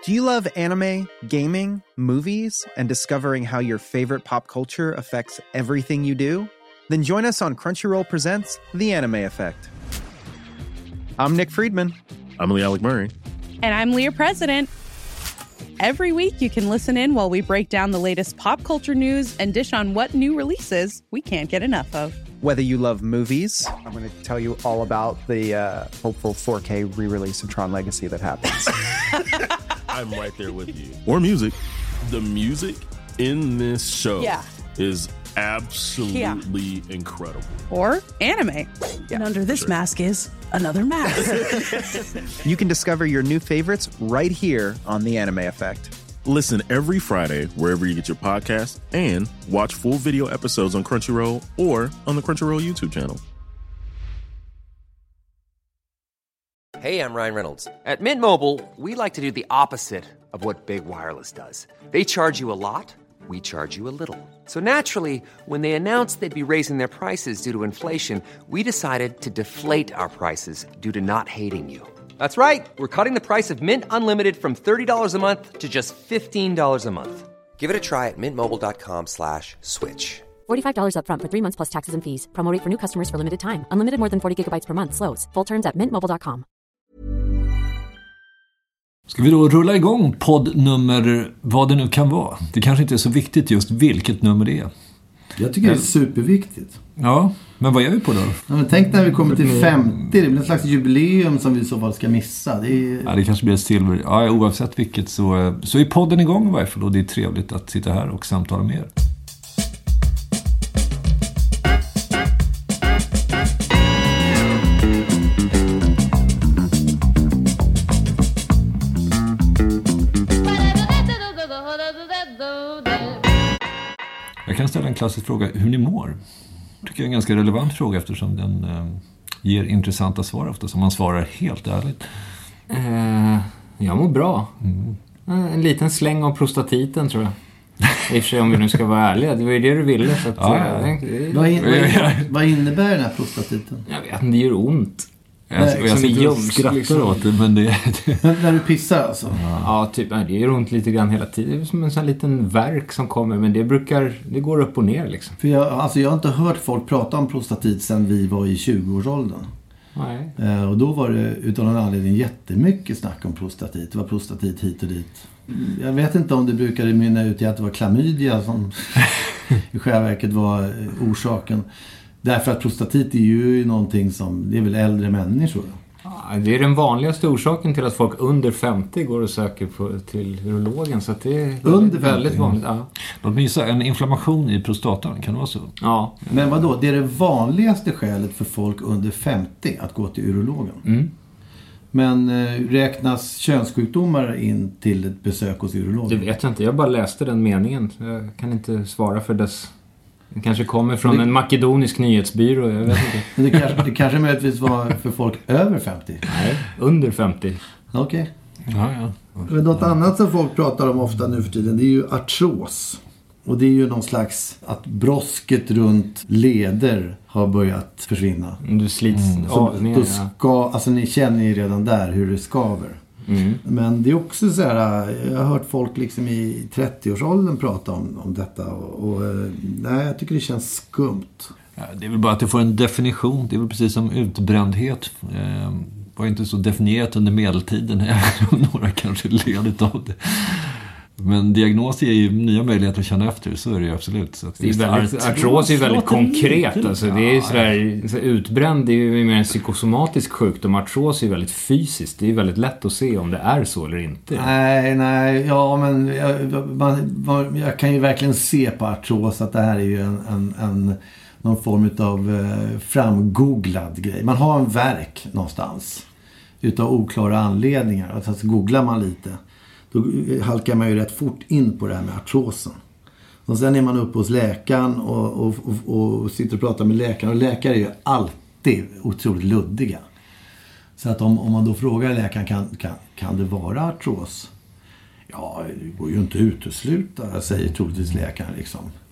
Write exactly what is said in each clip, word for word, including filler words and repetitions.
Do you love anime, gaming, movies, and discovering how your favorite pop culture affects everything you do? Then join us on Crunchyroll Presents The Anime Effect. I'm Nick Friedman. I'm Lee Alec Murray. And I'm Leah President. Every week you can listen in while we break down the latest pop culture news and dish on what new releases we can't get enough of. Whether you love movies, I'm going to tell you all about the uh, hopeful four K re-release of Tron Legacy that happens. I'm right there with you. Or music. The music in this show yeah. is absolutely yeah. incredible. Or anime. Yeah, and under this sure. mask is another mask. You can discover your new favorites right here on The Anime Effect. Listen every Friday wherever you get your podcasts and watch full video episodes on Crunchyroll or on the Crunchyroll YouTube channel. Hey, I'm Ryan Reynolds. At Mint Mobile, we like to do the opposite of what Big Wireless does. They charge you a lot, we charge you a little. So naturally, when they announced they'd be raising their prices due to inflation, we decided to deflate our prices due to not hating you. That's right. We're cutting the price of Mint Unlimited from thirty dollars a month to just fifteen dollars a month. Give it a try at mintmobile.com slash switch. forty-five dollars up front for three months plus taxes and fees. Promo rate for new customers for limited time. Unlimited more than forty gigabytes per month. Slows full terms at mint mobile dot com. Ska vi då rulla igång podd nummer vad det nu kan vara? Det kanske inte är så viktigt just vilket nummer det är. Jag tycker men, det är superviktigt. Ja, men vad är vi på då? Ja, men tänk när vi kommer till femtio, det blir en slags jubileum som vi i så fall ska missa. Det är... Ja, det kanske blir ett silver. Ja, oavsett vilket så, så är podden igång i varje fall och det är trevligt att sitta här och samtala med er. Jag kan ställa en klassisk fråga, hur ni mår? Det tycker jag är en ganska relevant fråga eftersom den eh, ger intressanta svar ofta som man svarar helt ärligt. Uh, jag mår bra. Mm. En liten släng av prostatiten tror jag. I och för sig om vi nu ska vara ärliga, det var ju det du ville. Så att, ja, ja. Det... Vad, in, vad, in, vad innebär den här prostatiten? Jag vet, det gör ont. Jag, jag, jag sitter och skrattar liksom. Åt det, men det... Men när du pissar alltså? Ja, ja typ, det gör ont lite grann hela tiden. Det är som en sån liten värk som kommer, men det brukar, det går upp och ner liksom. För jag, alltså jag har inte hört folk prata om prostatit sedan vi var i tjugoårsåldern. Nej. Eh, och då var det utan någon anledning jättemycket snack om prostatit. Det var prostatit hit och dit. Jag vet inte om det brukade mynna ut i att det var klamydia som i själva verket var orsaken. Därför att prostatit är ju någonting som, det är väl äldre människor. Ja, det är den vanligaste orsaken till att folk under femtio går och söker på, till urologen. Så att det är under väldigt vanligt. Ja. Låt mig gissa, en inflammation i prostatan, kan det vara så? Ja. Men vadå, det är det vanligaste skälet för folk under femtio att gå till urologen. Mm. Men eh, räknas könssjukdomar in till ett besök hos urologen? Det vet jag inte, jag bara läste den meningen. Jag kan inte svara för dess... Det kanske kommer från det, en makedonisk nyhetsbyrå, jag vet inte. Men det kanske, det kanske möjligtvis var för folk över femtio? Nej, under femtio. Okej. Okay. Ja, ja. Men något annat som folk pratar om ofta nu för tiden, det är ju artros. Och det är ju någon slags att brosket runt leder har börjat försvinna. Du slits mm. av ner, då ska, alltså ni känner ju redan där hur det skaver. Mm. Men det är också så här, jag har hört folk liksom i trettioårsåldern prata om, om detta och, och nej, jag tycker det känns skumt. Ja, det är väl bara att det får en definition, det är väl precis som utbrändhet. Eh, var inte så definierat under medeltiden, även om några kanske ledigt av det. Men diagnos ger ju nya möjligheter att känna efter, så är det ju absolut. Så att det är väldigt, artros är väldigt konkret. Alltså, det är sådär, så utbränd, det är ju mer en psykosomatisk sjukdom. Artros är väldigt fysiskt. Det är väldigt lätt att se om det är så eller inte. Nej, nej, ja men jag, man, man, jag kan ju verkligen se på artros att det här är ju en, en, en någon form av eh, framgooglad grej. Man har en verk någonstans utav oklara anledningar. Alltså så googlar man lite. Då halkar man ju rätt fort in på det här med artrosen. Och sen är man uppe hos läkaren och, och, och, och sitter och pratar med läkaren. Och läkare är ju alltid otroligt luddiga. Så att om, om man då frågar läkaren, kan, kan, kan det vara artros? Ja, det går ju inte att utesluta, säger troligtvis läkaren liksom.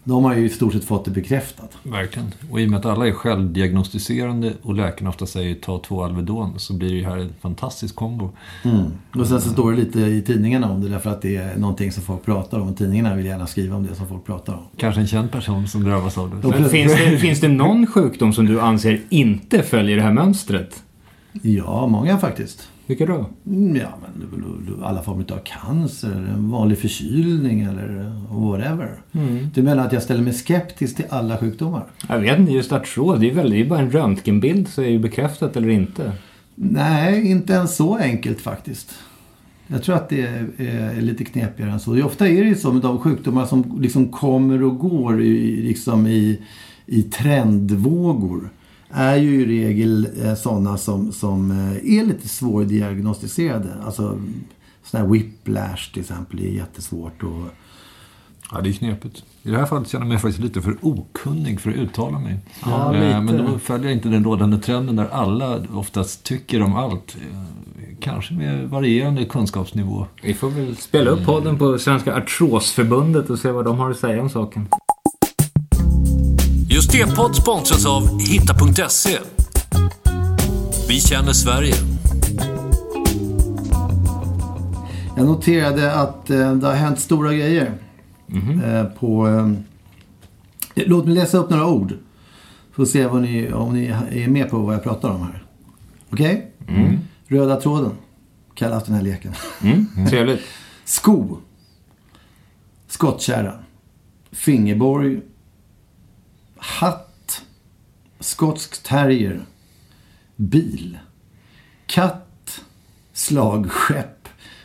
De har ju i stort sett fått det bekräftat. Verkligen. Och i och med att alla är självdiagnostiserande och läkarna ofta säger ta två Alvedon, så blir det ju här en fantastisk kombo. Mm. Och sen så står det lite i tidningarna om det, därför att det är någonting som folk pratar om. Tidningarna vill gärna skriva om det som folk pratar om. Kanske en känd person som drabbas av det. Men finns det. Finns det någon sjukdom som du anser inte följer det här mönstret? Ja, många faktiskt. Vilka då? Ja, men alla former av cancer, en vanlig förkylning eller whatever. Mm. Du menar att jag ställer mig skeptisk till alla sjukdomar? Jag vet inte, just artros, det är väl det är bara en röntgenbild, så är det bekräftat eller inte. Nej, inte ens så enkelt faktiskt. Jag tror att det är, är lite knepigare än så. Ofta är det ju så med de sjukdomar som liksom kommer och går i, liksom i, i trendvågor. Är ju i regel eh, sådana som, som eh, är lite svårdiagnostiserade. Alltså sån här whiplash till exempel är jättesvårt. Och... Ja, det är knepigt. I det här fallet känner jag mig faktiskt lite för okunnig för att uttala mig. Ja, eh, men då följer jag inte den rådande trenden där alla oftast tycker om allt. Kanske med varierande kunskapsnivå. Vi får väl spela upp podden på Svenska Artrosförbundet och se vad de har att säga om saken. Just det-podd sponsras av hitta punkt se. Vi känner Sverige. Jag noterade att eh, det har hänt stora grejer. Mm-hmm. eh, på, eh, låt mig läsa upp några ord. Får se vad ni, om ni är med på vad jag pratar om här. Okej? Okay? Mm. Röda tråden kallas den här leken. Mm. Trevligt. Sko. Skottkärra. Fingerborg. Hatt. Skotsk terrier. Bil. Katt. Slagskepp.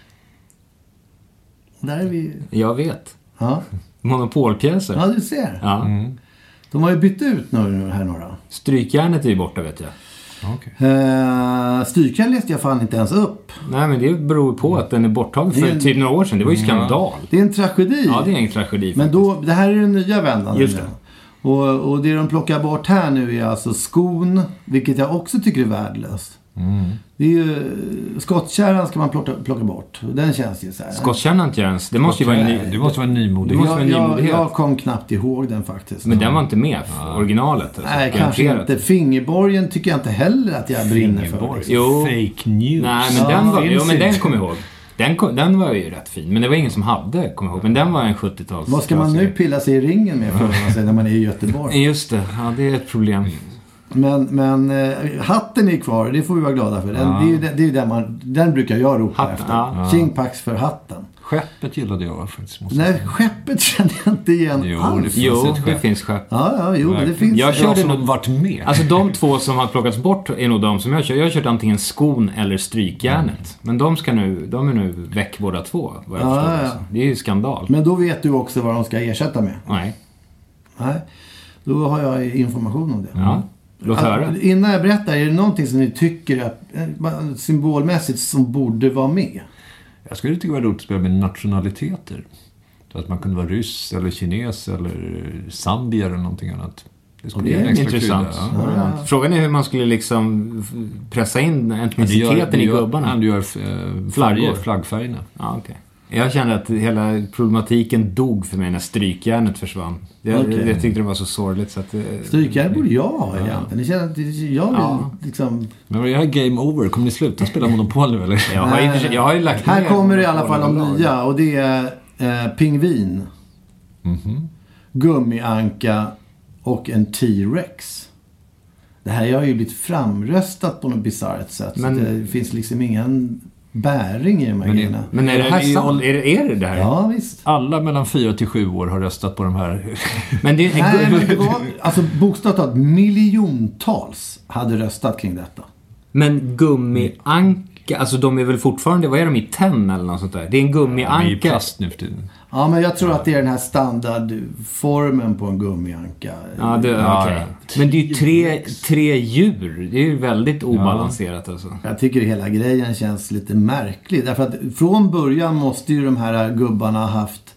Där är vi. Jag vet. Ja. Monopolpjäser. Ja, du ser. Ja. Mm. De har ju bytt ut nu här några. Strykjärnet är ju borta, vet jag. Okay. Uh, Strykjärn läste jag fan inte ens upp. Nej, men det beror på att den är borttagen för en... typ några år sedan. Det var ju skandal. Det är en tragedi. Ja, det är en tragedi. Men då, det här är den nya vändan. Just det. Och, och det de plockar bort här nu är alltså skon, vilket jag också tycker är värdelöst. Mm. Det är ju, skottkärran ska man plocka, plocka bort. Den känns ju så här. Skottkärran inte ens. Det måste ju vara en ny, det måste vara en nymodighet. Det måste vara en nymodighet. Jag, jag kom knappt ihåg den faktiskt. Men den var inte med för ja. originalet. Alltså. Nej, kanske inte. Fingerborgen tycker jag inte heller att jag brinner för. Jo. Fake news. Nej, men ja, den var, jo, men den kom jag ihåg. Den, kom, den var ju rätt fin. Men det var ingen som hade, kom ihåg. Men den var en sjuttio-tals. Vad ska man nu pilla sig i ringen med för man säger, när man är i Göteborg? Just det, ja, det är ett problem. Men, men eh, hatten är kvar, det får vi vara glada för. Den, ja. det, är ju, det är ju den, man, den brukar jag ropa hatten, efter. Ja. Kingpax för hatten. Skeppet gillade jag faktiskt. Nej, skeppet känner jag inte igen jo, alls. Det finns jo, ett det finns skepp. Ja, ja, jo, det finns. Jag körde som nog varit med. Alltså de två som har plockats bort är nog de som jag kör. Jag har kört antingen skon eller strykjärnet. Mm. Men de ska nu, de är nu väck båda två. Vad jag ja, förstår, ja. alltså. Det är ju skandal. Men då vet du också vad de ska ersätta med. Nej. Nej, då har jag information om det. Ja. Låt höra. Alltså, innan jag berättar, är det någonting som ni tycker att, symbolmässigt som borde vara med? Jag skulle tycka det var roligt att spela med nationaliteter. Så att man kunde vara ryss eller kines eller zambier eller någonting annat. Det skulle det bli är intressant. Ja. Ja. Frågan är hur man skulle liksom pressa in etniciteten i gubbarna. Han gör äh, flaggor, flaggfärgerna. Ja, okay. Jag kände att hela problematiken dog för mig när strykjärnet försvann. Jag, okay. jag tyckte det var så sorgligt. Så att, strykjärn borde jag ha egentligen. Jag känner att jag vill ja. liksom... Men jag har game over. Kommer ni sluta spela Monopol nu eller? Jag har, ju, jag har ju lagt här kommer det i alla fall de nya. Och det är eh, pingvin. Mm-hmm. Gummianka och en T-Rex. Det här har ju blivit framröstat på något bizarrt sätt. Men... Så det finns liksom ingen... bäring i de här men, grejerna. Men är det här sant? Är det, är det det här? Ja, visst. Alla mellan fyra till sju år har röstat på de här. Men det, Nej, men det var, alltså bokstavligt miljontals hade röstat kring detta. Men gummianka, alltså de är väl fortfarande, vad är de i tenn eller något sånt där? Det är en gummianka. Ja, i plast nu för tiden. Ja, men jag tror att det är den här standardformen på en gummianka. Ja, det, ja, okay. Men det är ju tre, tre djur. Det är ju väldigt obalanserat ja. Alltså. Jag tycker hela grejen känns lite märklig. Därför att från början måste ju de här gubbarna ha haft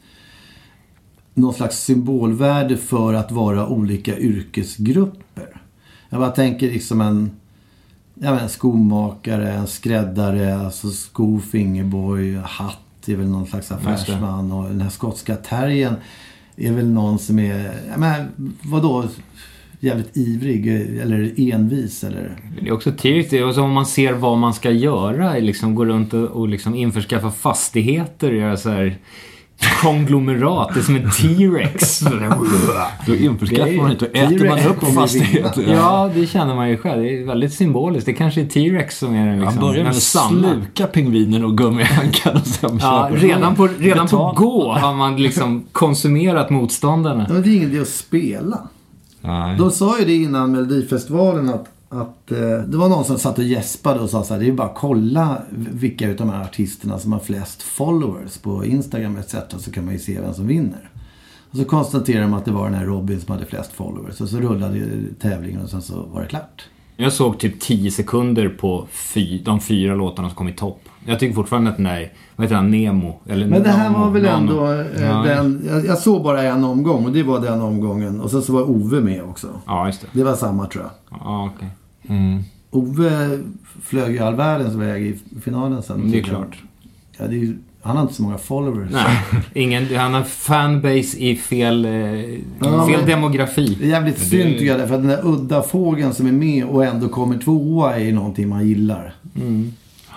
någon slags symbolvärde för att vara olika yrkesgrupper. Jag bara tänker liksom en, jag vet, en skomakare, en skräddare, alltså sko, fingerborg, hatt. Det är väl någon slags affärsman och den här skotska terriern är väl någon som är, men vadå, jävligt ivrig eller envis eller... Det är också tidigt, det är också om man ser vad man ska göra, liksom gå runt och, och liksom införskaffa fastigheter, göra så här konglomerat, det är som en T-Rex. Då införskaffar man inte och äter man upp fastigheter. Ja, det känner man ju själv. Det är väldigt symboliskt. Det kanske är T-Rex som är den liksom. Han börjar med att sluka pingvinen och gummihankan och sen ja, redan på, redan på gå har man liksom konsumerat motståndarna. Ja, men det är ingen idé att spela. Nej. De sa ju det innan Melodifestivalen att, att eh, det var någon som satt och gäspade och sa så här, det är bara att kolla vilka utav de här artisterna som har flest followers på Instagram et cetera, så kan man ju se vem som vinner. Och så konstaterade de att det var den här Robin som hade flest followers, och så rullade tävlingen och sen så var det klart. Jag såg typ tio sekunder på fy, de fyra låtarna som kom i topp. Jag tycker fortfarande att den där, vad heter han, Nemo? Eller men det här Namo, var väl ändå Nano. eh, den, jag, jag såg bara en omgång och det var den omgången. Och sen så var Ove med också. Ja, just det. Det var samma, tror jag. Ja, okej. Okay. Mm. Ove flög ju all världens väg i finalen sen. Det är klart. Ja, det är ju, han har inte så många followers. Nej, ingen, han har fanbase i fel, eh, ja, fel demografi. Det är jävligt det... synd tycker jag, för att den där udda fågeln som är med och ändå kommer tvåa är någonting man gillar. Mm.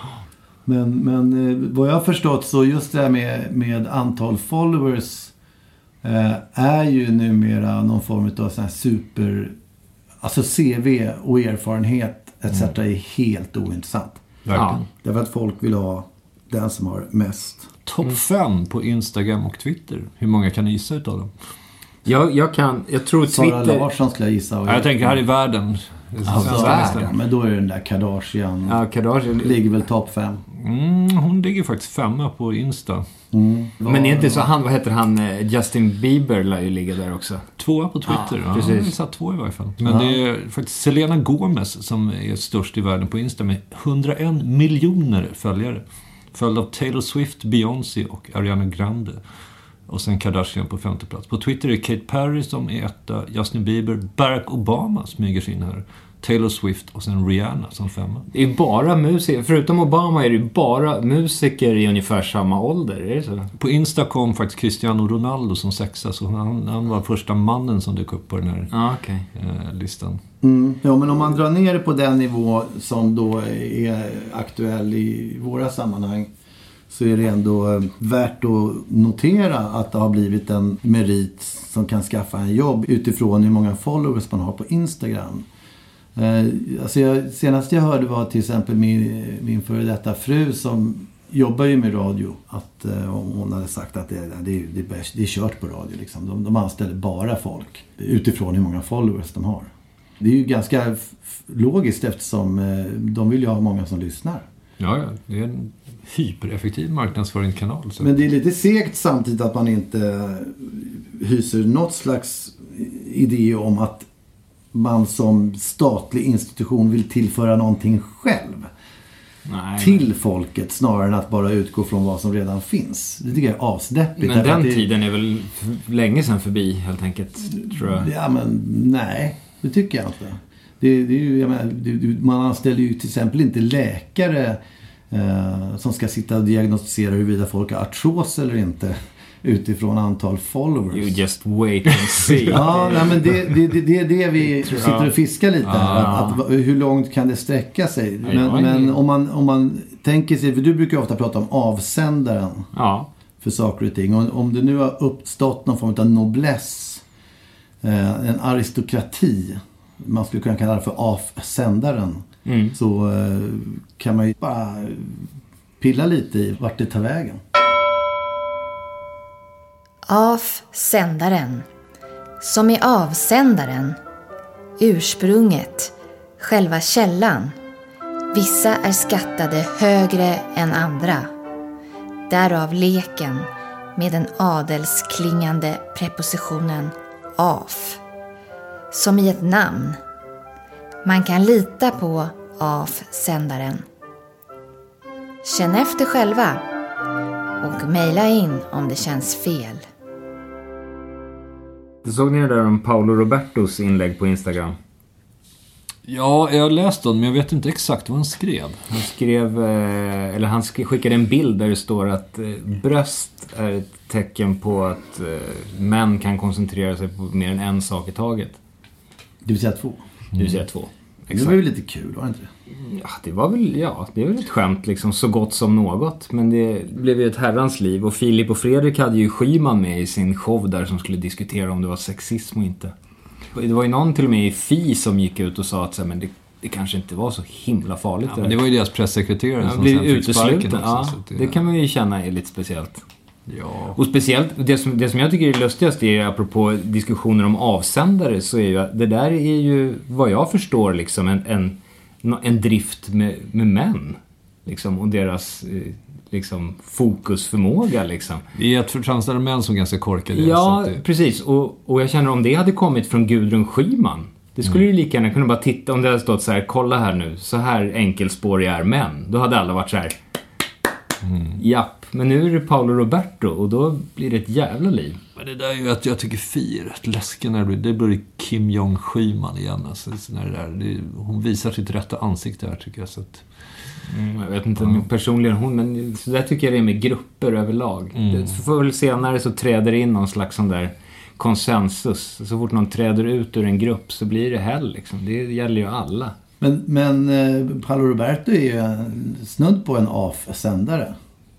Men, men eh, vad jag har förstått så just det här med, med antal followers eh, är ju numera någon form av sån här super, alltså C V och erfarenhet et cetera mm. är helt ointressant. Ja. Därför att folk vill ha den som har mest. Topp fem på Instagram och Twitter. Hur många kan ni gissa utav dem? Jag, jag kan, jag tror Twitter... Sara Larsson skulle jag gissa. Och ja, jag tänker här i världen. Alltså, världen. Men då är den där Kardashian. Ja, Kardashian ligger väl topp fem. Mm, hon ligger faktiskt femma på Insta. Mm. Men är inte så han, vad heter han, Justin Bieber lär ju ligga där också. Tvåa på Twitter. Ja, precis. Ja, jag satt två i varje fall. Men ja. Det är faktiskt Selena Gomez som är störst i världen på Insta med hundraen miljoner följare. Följd av Taylor Swift, Beyoncé och Ariana Grande. Och sen Kardashian på femte plats. På Twitter är Katy Perry som är etta, Justin Bieber, Barack Obama smyger sig in här, Taylor Swift och sen Rihanna som femma. Det är bara musiker, förutom Obama är det bara musiker i ungefär samma ålder, är det så? På Insta kom faktiskt Cristiano Ronaldo som sexa, så han, han var första mannen som dök upp på den här ah, okay. eh, listan. Mm. Ja, men om man drar ner det på den nivå som då är aktuell i våra sammanhang, så är det ändå värt att notera att det har blivit en merit som kan skaffa en jobb utifrån hur många followers man har på Instagram. Eh, alltså jag, senast jag hörde var till exempel min, min före detta fru som jobbar ju med radio, att eh, hon hade sagt att det, det, det, det, det är kört på radio. Liksom. De, de anställer bara folk utifrån hur många followers de har. Det är ju ganska f- logiskt eftersom eh, de vill ju ha många som lyssnar. Ja, ja, det är en hypereffektiv marknadsföringskanal. Så. Men det är lite segt samtidigt att man inte hyser något slags idé om att man som statlig institution vill tillföra någonting själv. Nej, till men... folket snarare än att bara utgå från vad som redan finns. Det tycker jag är asdeppigt. Men den det... tiden är väl länge sedan förbi helt enkelt, tror jag. Ja, men nej, det tycker jag inte. Det, det är ju, jag menar, det, man anställer ju till exempel inte läkare eh, som ska sitta och diagnostisera huruvida folk har artros eller inte utifrån antal followers. You just wait and see. Ja, nej, men det, det, det, det är det vi sitter och fiskar lite här. Att, att, hur långt kan det sträcka sig? Men, men om, man, om man tänker sig, för du brukar ofta prata om avsändaren ja. för saker och ting. Och om det nu har uppstått någon form av nobless, eh, en aristokrati, man skulle kunna kalla det för avsändaren, mm. så eh, kan man ju bara pilla lite i vart det tar vägen. Avsändaren, som är avsändaren, ursprunget, själva källan. Vissa är skattade högre än andra. Därav leken med den adelsklingande prepositionen av, som i ett namn. Man kan lita på avsändaren. Känn efter själva och mejla in om det känns fel. Du såg ni det där om Paolo Robertos inlägg på Instagram? Ja, jag har läst den, men jag vet inte exakt vad han skrev. Han skrev, eller han skickade en bild där det står att bröst är ett tecken på att män kan koncentrera sig på mer än en sak i taget. Det vill säga två. Det vill säga två. Exakt. Det var ju lite kul, var det inte det? Ja, det var väl, ja, det är väl ett skämt liksom, så gott som något. Men det blev ju ett herrans liv. Och Filip och Fredrik hade ju Schyman med i sin show där som skulle diskutera om det var sexism och inte. Det var ju någon till och med i F I som gick ut och sa att så, men det, det kanske inte var så himla farligt. Ja, men det var ju deras pressekreterare ja, som blev sen fick utesluten. sparken också, Ja, så det, det kan man ju känna är lite speciellt. Ja. Och speciellt, det som, det som jag tycker är lustigast är, apropå diskussioner om avsändare, så är ju att det där är ju, vad jag förstår, liksom en, en, en drift med, med män. Liksom, och deras liksom, fokusförmåga. Liksom. Det är ett förtramsade män som ganska korkade. Ja, det... precis. Och, och jag känner om det hade kommit från Gudrun Schyman. Det skulle mm. ju lika gärna kunna bara titta, om det hade stått så här, kolla här nu, så här enkelspårig är män. Då hade alla varit så här, mm. japp. Men nu är det Paolo Roberto och då blir det ett jävla liv. Men det där är ju att jag tycker Fi är rätt läskig när det blir, det blir Kim Jong-Schyman igen. Alltså, när det där, det, hon visar sitt rätta ansikte här tycker jag. Så att... mm, jag vet inte, mm. personligen hon, men så där tycker jag det är med grupper överlag. Mm. Det, för väl senare så träder in någon slags sån där konsensus. Så fort någon träder ut ur en grupp så blir det hell liksom. Det gäller ju alla. Men, men eh, Paolo Roberto är ju snudd på en avsändare.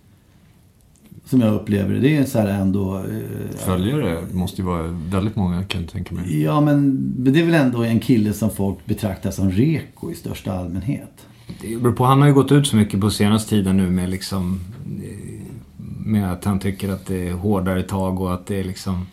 Som jag upplever det. Det är så här ändå... Eh, Följare måste ju vara väldigt många, kan jag tänka mig. Ja, men det är väl ändå en kille som folk betraktar som reko i största allmänhet. Det beror på, han har ju gått ut så mycket på senaste tiden nu med liksom... med att han tycker att det är hårdare tag och att det är liksom...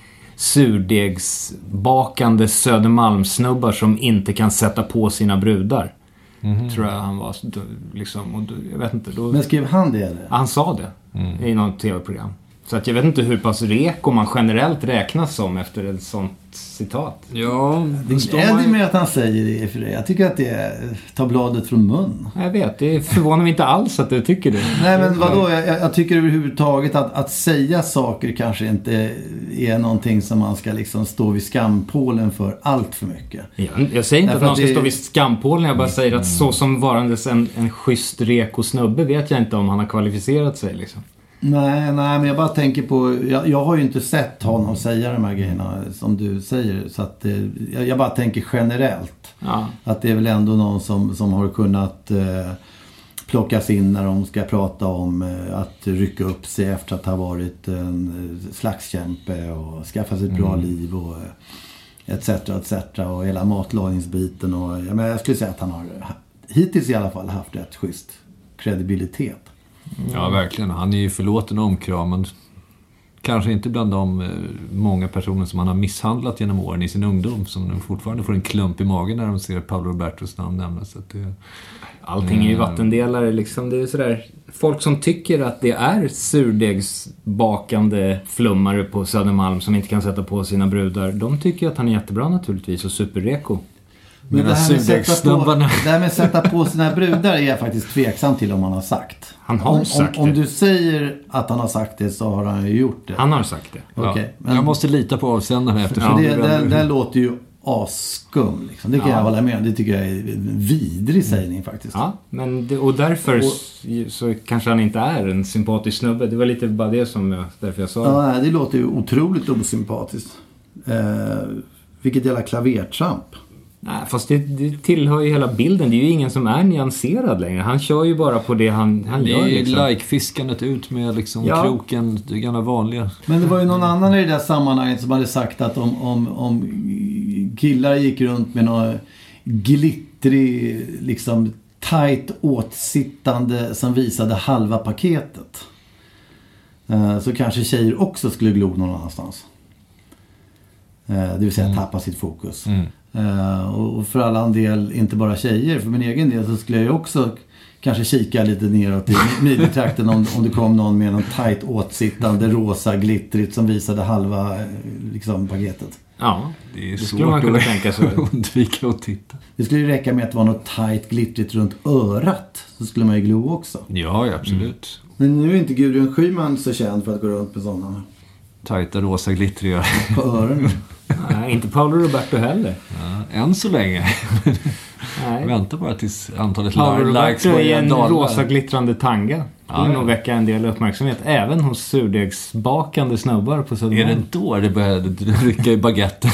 surdegsbakande Södermalmsnubbar som inte kan sätta på sina brudar. Mm-hmm. Tror jag han var liksom, och jag vet inte då... Men skrev han det eller? Han sa det mm. i något tv-program. Så att jag vet inte hur pass reko man generellt räknas som efter ett sånt citat. Ja, det är man... med att han säger det för det. Jag tycker att det är ta bladet från mun. Jag vet, det förvånar mig inte alls att du tycker det. Nej, men vadå? Jag, jag tycker överhuvudtaget att, att säga saker kanske inte är någonting som man ska liksom stå vid skampålen för allt för mycket. Ja, jag säger inte Därför att någon ska det... stå vid skampålen. Jag bara mm. säger att så som varandes en, en schysst reko snubbe vet jag inte om han har kvalificerat sig liksom. Nej, nej, men jag bara tänker på... Jag, jag har ju inte sett honom säga de här grejerna som du säger. Så att, eh, jag, jag bara tänker generellt. Ja. Att det är väl ändå någon som, som har kunnat eh, plockas in när de ska prata om eh, att rycka upp sig efter att ha varit en slagskämpe och skaffa sig ett bra mm. liv och et cetera et cetera. Och hela matlagningsbiten. Och, jag, men jag skulle säga att han har hittills i alla fall haft rätt schysst kredibilitet. Mm. Ja, verkligen. Han är ju förlåten och omkramad. Kanske inte bland de eh, många personer som han har misshandlat genom åren i sin ungdom, som nu fortfarande får en klump i magen när de ser Paolo Robertos namn nämnas. Det... Allting är ju vattendelare liksom. Det är sådär, folk som tycker att det är surdegsbakande flummare på Södermalm som inte kan sätta på sina brudar, de tycker att han är jättebra naturligtvis och superreko. Men det här, på, det här med att sätta på sina brudar är jag faktiskt tveksam till om han har sagt. Han har om, sagt om, det. Om du säger att han har sagt det så har han ju gjort det. Han har sagt det. Okay, ja. men, jag måste lita på avsändaren eftersom ja. det, det, det låter ju asskum liksom. Det kan ja. jag hålla med om. Det tycker jag är en vidrig sägning faktiskt. Ja, men det, och därför och, så kanske han inte är en sympatisk snubbe. Det var lite bara det som jag, därför jag sa ja, det. Det låter ju otroligt osympatiskt. Eh, vilket jävla klavertramp. Nej, fast det, det tillhör ju hela bilden. Det är ju ingen som är nyanserad längre. Han kör ju bara på det han, han det gör. Det är liksom. like-fiskandet ut med liksom ja. kroken, det gamla vanliga. Men det var ju någon annan i det där sammanhanget som hade sagt att om, om, om killar gick runt med någon glittrig, liksom tight åtsittande som visade halva paketet, så kanske tjejer också skulle glo någon annanstans. Det vill säga mm. tappa sitt fokus. Mm. Uh, och för alla en del, inte bara tjejer, för min egen del så skulle jag ju också kanske kika lite neråt i midjetrakten om, om det kom någon med någon tight åtsittande rosa glittrigt som visade halva liksom, paketet. Ja, det är det svårt skulle man kunna tänka sig. Undvika att titta. Det skulle ju räcka med att det var något tight glittrigt runt örat, så skulle man ju glo också. Ja, ja absolut. Mm. Men nu är inte Gudrun Schyman så känd för att gå runt med sådana tajta rosa glittriga på öronen. Nej, inte Paolo Roberto heller. Ja. än så länge. Nej. Vänta bara tills antalet ja, likes börjar börjar en dala. rosa glittrande tanga. Det Ja, är ja. nog väcka en del uppmärksamhet. Även hos surdegsbakande snubbar på Södermalm. Är det då det började rycka i baguetten?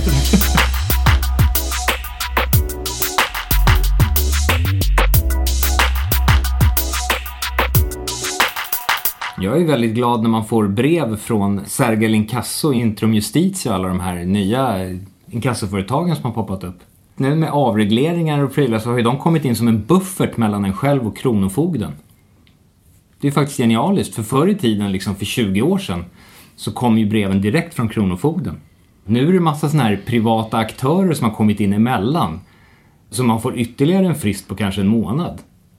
Jag är väldigt glad när man får brev från Sergel Inkasso, Intrum Justitia och alla de här nya inkassoföretagen som har poppat upp. Nu med avregleringar och prylar så har ju de kommit in som en buffert mellan en själv och kronofogden. Det är faktiskt genialiskt, för förr i tiden, liksom för tjugo år sedan, så kom ju breven direkt från kronofogden. Nu är det massa såna här privata aktörer som har kommit in emellan, så man får ytterligare en frist på kanske en månad.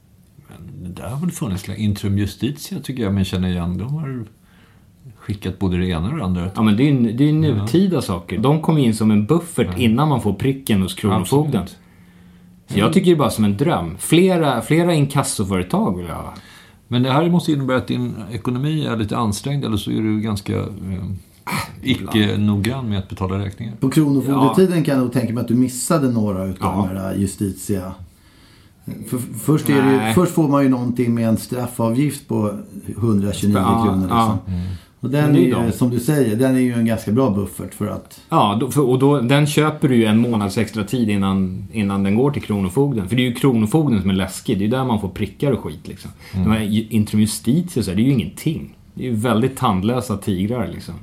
Det där har väl funnits Intrum Justitia, tycker jag man känner igen. De har skickat både det ena och det andra. Ja, men det är ju det är nutida ja. saker. De kommer in som en buffert ja. innan man får pricken hos kronofogden. Absolut. Så jag tycker det är bara som en dröm. Flera, flera inkassoföretag vill jag ha. Men det här måste innebära att din ekonomi är lite ansträngd, eller så är du ganska eh, icke-noggrann med att betala räkningar. På kronofogdetiden ja. kan jag nog tänka mig att du missade några utav ja. de här Justitia. För, först, är det ju, först får man ju någonting med en straffavgift på hundratjugonio ja, kronor. Liksom. Ja. Mm. Och den är ju, de. som du säger, den är ju en ganska bra buffert för att... Ja, då, för, och då, den köper du ju en månads extra tid innan, innan den går till kronofogden. För det är ju kronofogden som är läskig. Det är ju där man får prickar och skit liksom. Mm. De här Intrum Justitia, så här, det är ju ingenting. Det är ju väldigt tandlösa tigrar liksom.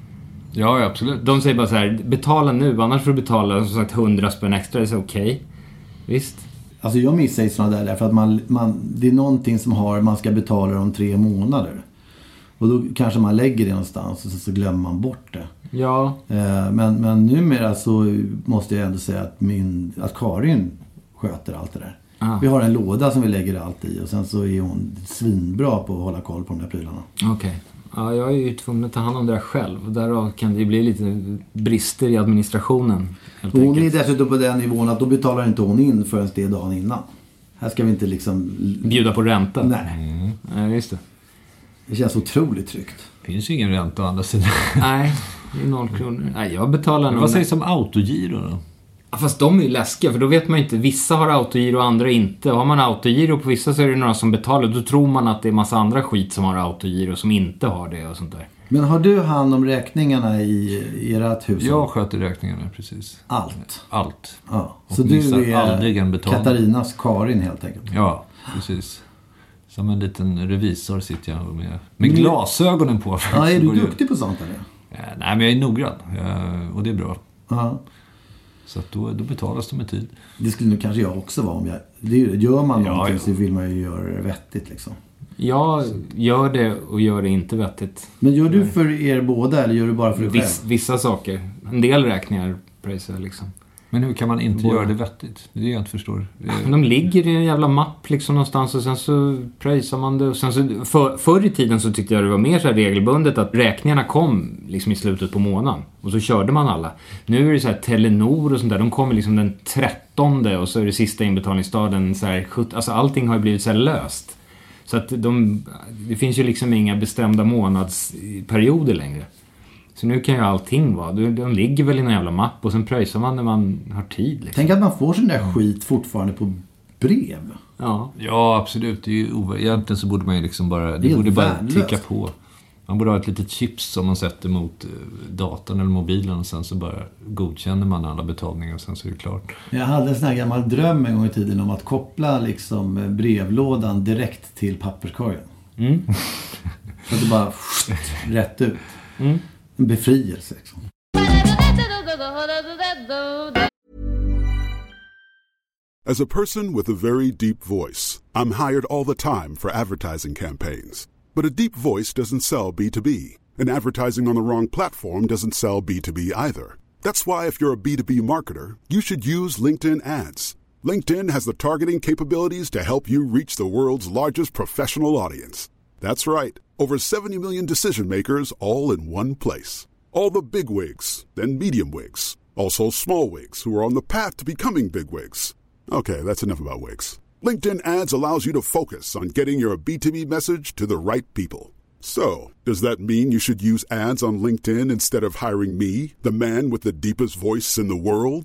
Ja, absolut. De säger bara så här, betala nu, annars får du betala som sagt hundra spänn extra. Det är så okej. Okay. Visst. Alltså jag missar ju sådana där därför att man, man, det är någonting som har, man ska betala om tre månader. Och då kanske man lägger det någonstans och så, så glömmer man bort det. Ja. Eh, men, men numera så måste jag ändå säga att, min, att Karin sköter allt det där. Ah. Vi har en låda som vi lägger allt i och sen så är hon svinbra på att hålla koll på de där prylarna. Okej. Okay. Ja, jag är ju tvungen att ta hand om det där själv. Och därav kan det bli lite brister i administrationen. Hon enkelt. Är dessutom på den nivån att då betalar inte hon in förrän det är dagen innan. Här ska vi inte liksom... bjuda på ränta. Nej. Mm. Nej, just det. Det känns otroligt tryggt. Det finns ju ingen ränta å andra sidan. Nej, det är noll kronor. Nej, jag betalar nog... Vad sägs om autogiro då? Ja, fast de är ju läskiga, för då vet man inte. Vissa har autogiro och andra inte. Har man autogiro på vissa så är det några som betalar. Då tror man att det är massa andra skit som har autogiro som inte har det och sånt där. Men har du hand om räkningarna i, i ert hus? Jag sköter räkningarna, precis. Allt? Allt. Ja. Så du är Katarinas Karin helt enkelt? Ja, precis. Som en liten revisor sitter jag med, med mm. glasögonen på. Ja, är du duktig på sånt eller? Ja, nej, men jag är noggrann. Jag, och det är bra. Ja. Så att då, då betalas det med tid. Det skulle nog kanske jag också vara om jag... Det gör man någonting ja, ja. så vill man ju göra det vettigt liksom. Jag gör det och gör det inte vettigt. Men gör du för er båda eller gör du bara för dig själv? Viss, vissa saker. En del räkningar pröjsar liksom. Men hur kan man inte Båda. göra det vettigt? Det är det jag inte förstår. Är... De ligger i en jävla mapp liksom någonstans och sen så pröjsar man det. Och sen så, för, förr i tiden så tyckte jag det var mer så här regelbundet att räkningarna kom liksom i slutet på månaden. Och så körde man alla. Nu är det så här Telenor och sånt där. De kommer liksom den trettonde och så är det sista inbetalningsdagen så här sjutton. Alltså allting har ju blivit så här löst. Så att de, det finns ju liksom inga bestämda månadsperioder längre. Så nu kan ju allting vara. De ligger väl i en jävla mapp och sen pröjsar man när man har tid. Liksom. Tänk att man får sån där mm. skit fortfarande på brev. Ja, ja absolut. Det är ju ov- Egentligen så borde man ju liksom bara... Det, det borde bara ticka på. Man borde ha ett litet chips som man sätter mot datorn eller mobilen och sen så bara godkänner man alla betalningar och sen så är det klart. Jag hade en sån här gammal dröm en gång i tiden om att koppla liksom brevlådan direkt till papperskorgen. Mm. Så att det bara rätt ut. Mm. En befrielse liksom. As a person with a very deep voice, I'm hired all the time for advertising campaigns. But a deep voice doesn't sell B two B, and advertising on the wrong platform doesn't sell B two B either. That's why if you're a B two B marketer, you should use LinkedIn ads. LinkedIn has the targeting capabilities to help you reach the world's largest professional audience. That's right. Over seventy million decision makers all in one place. All the big wigs, then medium wigs. Also small wigs who are on the path to becoming big wigs. Okay, that's enough about wigs. LinkedIn ads allows you to focus on getting your B two B message to the right people. So, does that mean you should use ads on LinkedIn instead of hiring me, the man with the deepest voice in the world?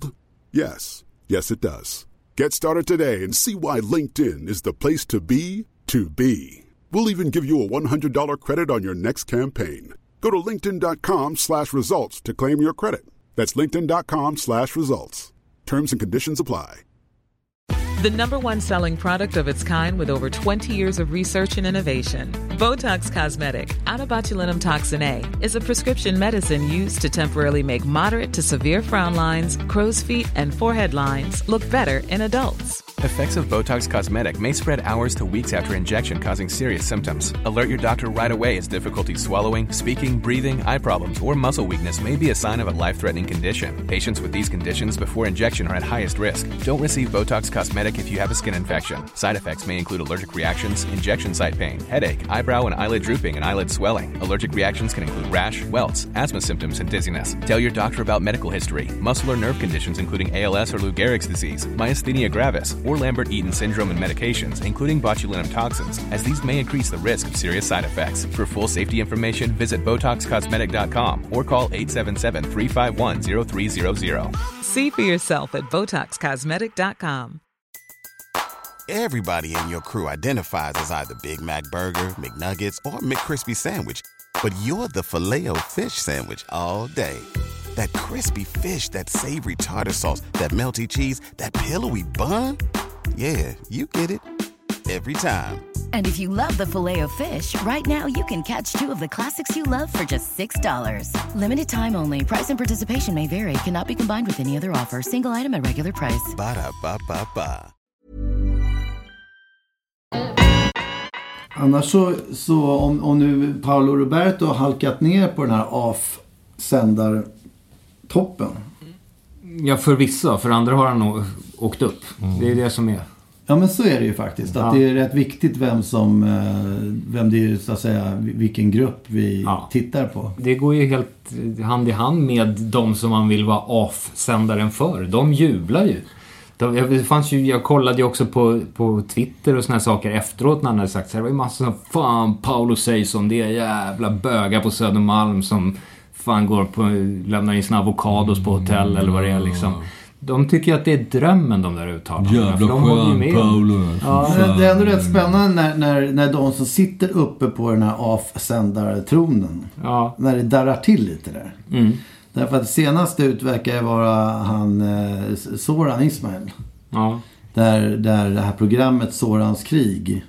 Yes. Yes, it does. Get started today and see why LinkedIn is the place to be to be. We'll even give you a one hundred dollars credit on your next campaign. Go to linkedin.com slash results to claim your credit. That's linkedin.com slash results. Terms and conditions apply. The number one selling product of its kind with over twenty years of research and innovation. Botox Cosmetic, out of botulinum toxin A, is a prescription medicine used to temporarily make moderate to severe frown lines, crow's feet, and forehead lines look better in adults. Effects of Botox Cosmetic may spread hours to weeks after injection, causing serious symptoms. Alert your doctor right away as difficulty swallowing, speaking, breathing, eye problems, or muscle weakness may be a sign of a life-threatening condition. Patients with these conditions before injection are at highest risk. Don't receive Botox Cosmetic if you have a skin infection. Side effects may include allergic reactions, injection site pain, headache, eyebrow and eyelid drooping, and eyelid swelling. Allergic reactions can include rash, welts, asthma symptoms, and dizziness. Tell your doctor about medical history, muscle or nerve conditions including A L S or Lou Gehrig's disease, myasthenia gravis, or Lambert-Eaton syndrome and medications, including botulinum toxins, as these may increase the risk of serious side effects. For full safety information, visit Botox Cosmetic dot com or call eight seven seven, three five one, zero three zero zero. See for yourself at Botox Cosmetic dot com. Everybody in your crew identifies as either Big Mac Burger, McNuggets, or McCrispy Sandwich. But you're the Filet-O-Fish Sandwich all day. That crispy fish, that savory tartar sauce, that melty cheese, that pillowy bun. Yeah, you get it. Every time. And if you love the Filet-O-Fish, right now you can catch two of the classics you love for just six dollars. Limited time only. Price and participation may vary. Cannot be combined with any other offer. Single item at regular price. Ba-da-ba-ba-ba. Annars så, så om, om nu Paolo Roberto har halkat ner på den här avsändartoppen. Ja, för vissa. För andra har han nog åkt upp. Mm. Det är det som är. Ja, men så är det ju faktiskt. Att ja. Det är rätt viktigt vem som, vem det är, så att säga, vilken grupp vi ja. tittar på. Det går ju helt hand i hand med de som man vill vara avsändaren för. De jublar ju. Det fanns ju, jag kollade ju också på, på Twitter och såna här saker efteråt när han hade sagt så här, det var ju massa som fan Paolo säger som det är jävla bögar på Södermalm som fan går på, lämnar in sina avokados på hotell eller vad det är liksom. De tycker att det är drömmen, de där uttalandena. Jävla de skön Paolo. Ja, det är ändå rätt spännande när, när, när de som sitter uppe på den här avsändartronen, ja. när det darrar till lite där. Mm. Därför att senast ut verkar vara han eh, Soran Ismail. Ja. Där, där det här programmet Sorans krig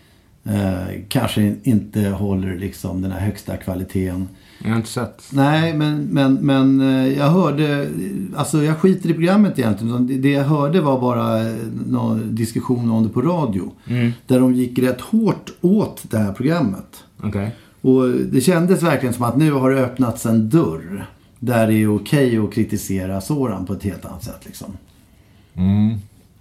eh, kanske inte håller liksom den här högsta kvaliteten. Jag har inte sett. Nej, men, men, men jag hörde, alltså jag skiter i programmet egentligen. Det jag hörde var bara någon diskussion om det på radio. Mm. Där de gick rätt hårt åt det här programmet. Okay. Och det kändes verkligen som att nu har det öppnats en dörr. Där det är okej att kritisera Soran på ett helt annat sätt liksom. Mm.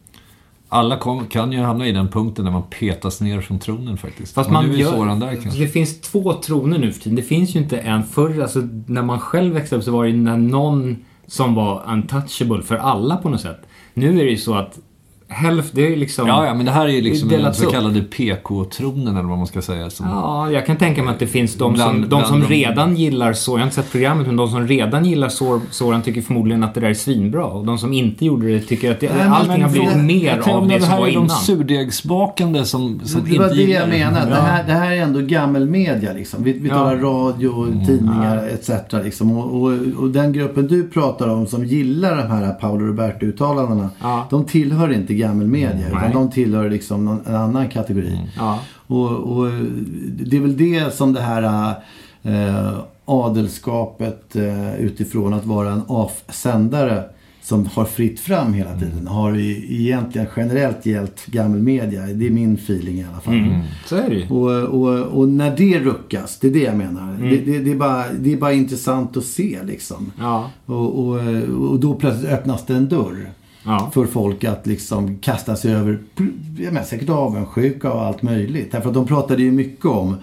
Alla kom, kan ju hamna i den punkten när man petas ner från tronen faktiskt. Fast man gör, där, det finns två troner nu för tiden. Det finns ju inte en förr. Alltså, när man själv växte upp så var det när någon som var untouchable för alla på något sätt. Nu är det ju så att hälft, det är liksom... Ja, ja, men det här är ju liksom den så kallade P K-tronen eller vad man ska säga. Som, ja, jag kan tänka mig att det finns de bland, som, de som de... redan gillar så. Jag har inte sett programmet, men de som redan gillar så, Soran tycker förmodligen att det där är svinbra. Och de som inte gjorde det tycker att det, Nej, allting har blivit mer av det, det som var innan. Det här är de surdegsbakande som, som det, det var det jag menar. Det här, det här är ändå gammal media liksom. Vi, vi talar ja. radio, tidningar mm. et cetera. Liksom. Och, och, och den gruppen du pratar om som gillar de här Paolo Roberto-uttalandena, ja. de tillhör inte gammal media, utan de tillhör liksom någon, en annan kategori. Mm. Ja. Och, och det är väl det som det här äh, adelskapet äh, utifrån att vara en avsändare som har fritt fram hela tiden mm. har i, egentligen generellt gällt gammal media. Det är min feeling i alla fall. Mm. Så är det. Och, och, och när det ruckas, det är det jag menar. Mm. Det, det, det, är bara, det är bara intressant att se liksom. Ja. Och, och, och då plötsligt öppnas det en dörr. Ja. För folk att liksom kasta sig över, jag menar, säkert avundsjuka och allt möjligt. Därför att de pratade ju mycket om